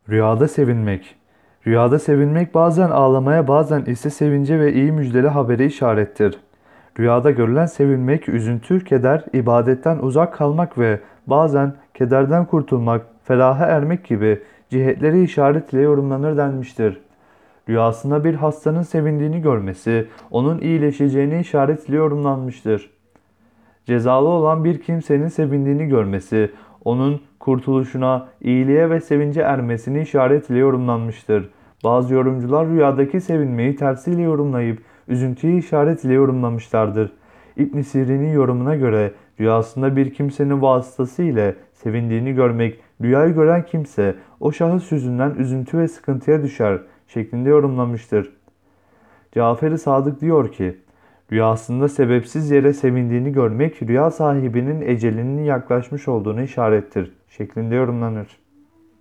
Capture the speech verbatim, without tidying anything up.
Rüyada sevinmek. Rüyada sevinmek bazen ağlamaya bazen ise sevince ve iyi müjdeli haberi işarettir. Rüyada görülen sevinmek, üzüntü, keder, ibadetten uzak kalmak ve bazen kederden kurtulmak, feraha ermek gibi cihetleri işaret ile yorumlanır denmiştir. Rüyasında bir hastanın sevindiğini görmesi, onun iyileşeceğini işaret ile yorumlanmıştır. Cezalı olan bir kimsenin sevindiğini görmesi, onun kurtuluşuna, iyiliğe ve sevince ermesini işaret ile yorumlanmıştır. Bazı yorumcular rüyadaki sevinmeyi tersiyle yorumlayıp üzüntüyü işaret ile yorumlamışlardır. İbn Sirin'in yorumuna göre rüyasında bir kimsenin vasıtası ile sevindiğini görmek, rüyayı gören kimse o şahıs yüzünden üzüntü ve sıkıntıya düşer şeklinde yorumlamıştır. Cafer-i Sadık diyor ki, rüyasında sebepsiz yere sevindiğini görmek rüya sahibinin ecelinin yaklaşmış olduğunu işarettir şeklinde yorumlanır.